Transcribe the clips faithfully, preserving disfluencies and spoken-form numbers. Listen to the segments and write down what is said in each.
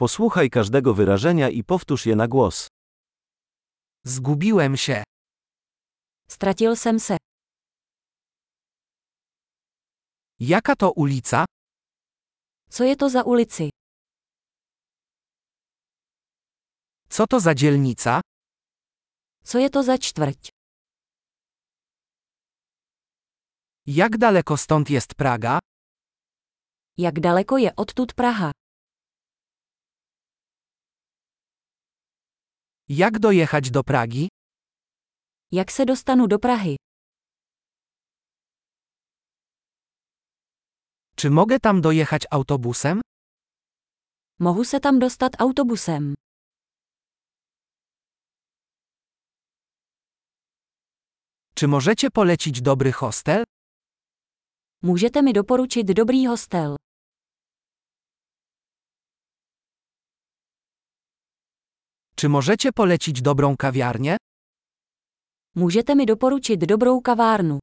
Posłuchaj każdego wyrażenia i powtórz je na głos. Zgubiłem się. Ztratil jsem se. Jaka to ulica? Co je to za ulici? Co to za dzielnica? Co je to za čtvrť? Jak daleko stąd jest Praga? Jak daleko je odtud Praha? Jak dojechać do Pragi? Jak se dostanu do Prahy? Czy mogę tam dojechać autobusem? Mohu se tam dostat autobusem. Czy możecie polecić dobry hostel? Můžete mi doporučit dobrý hostel? Czy możecie polecić dobrą kawiarnię? Můžete mi doporučit dobrou kavárnu?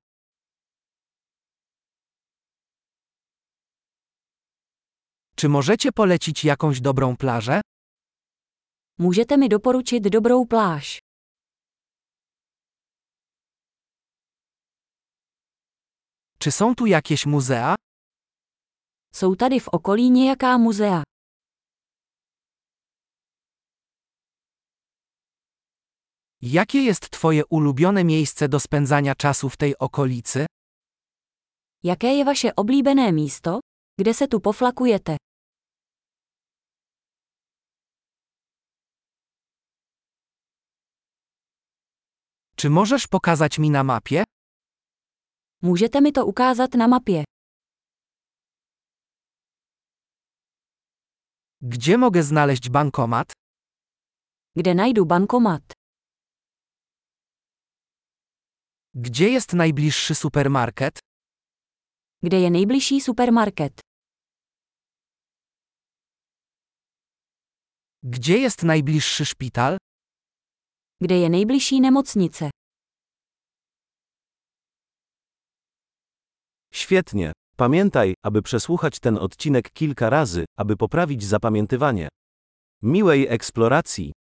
Czy możecie polecić jakąś dobrą plażę? Můžete mi doporučit dobrou pláž? Czy są tu jakieś muzea? Jsou tady v okolí nějaká muzea? Jakie jest twoje ulubione miejsce do spędzania czasu w tej okolicy? Jaké je vaše oblíbené místo, kde se tu poflakujete? Czy możesz pokazać mi na mapie? Můžete mi to ukázat na mapě? Gdzie mogę znaleźć bankomat? Kde najdu bankomat? Gdzie jest najbliższy supermarket? Kde je nejbližší supermarket? Gdzie jest najbliższy szpital? Kde je nejbližší nemocnice? Świetnie. Pamiętaj, aby przesłuchać ten odcinek kilka razy, aby poprawić zapamiętywanie. Miłej eksploracji!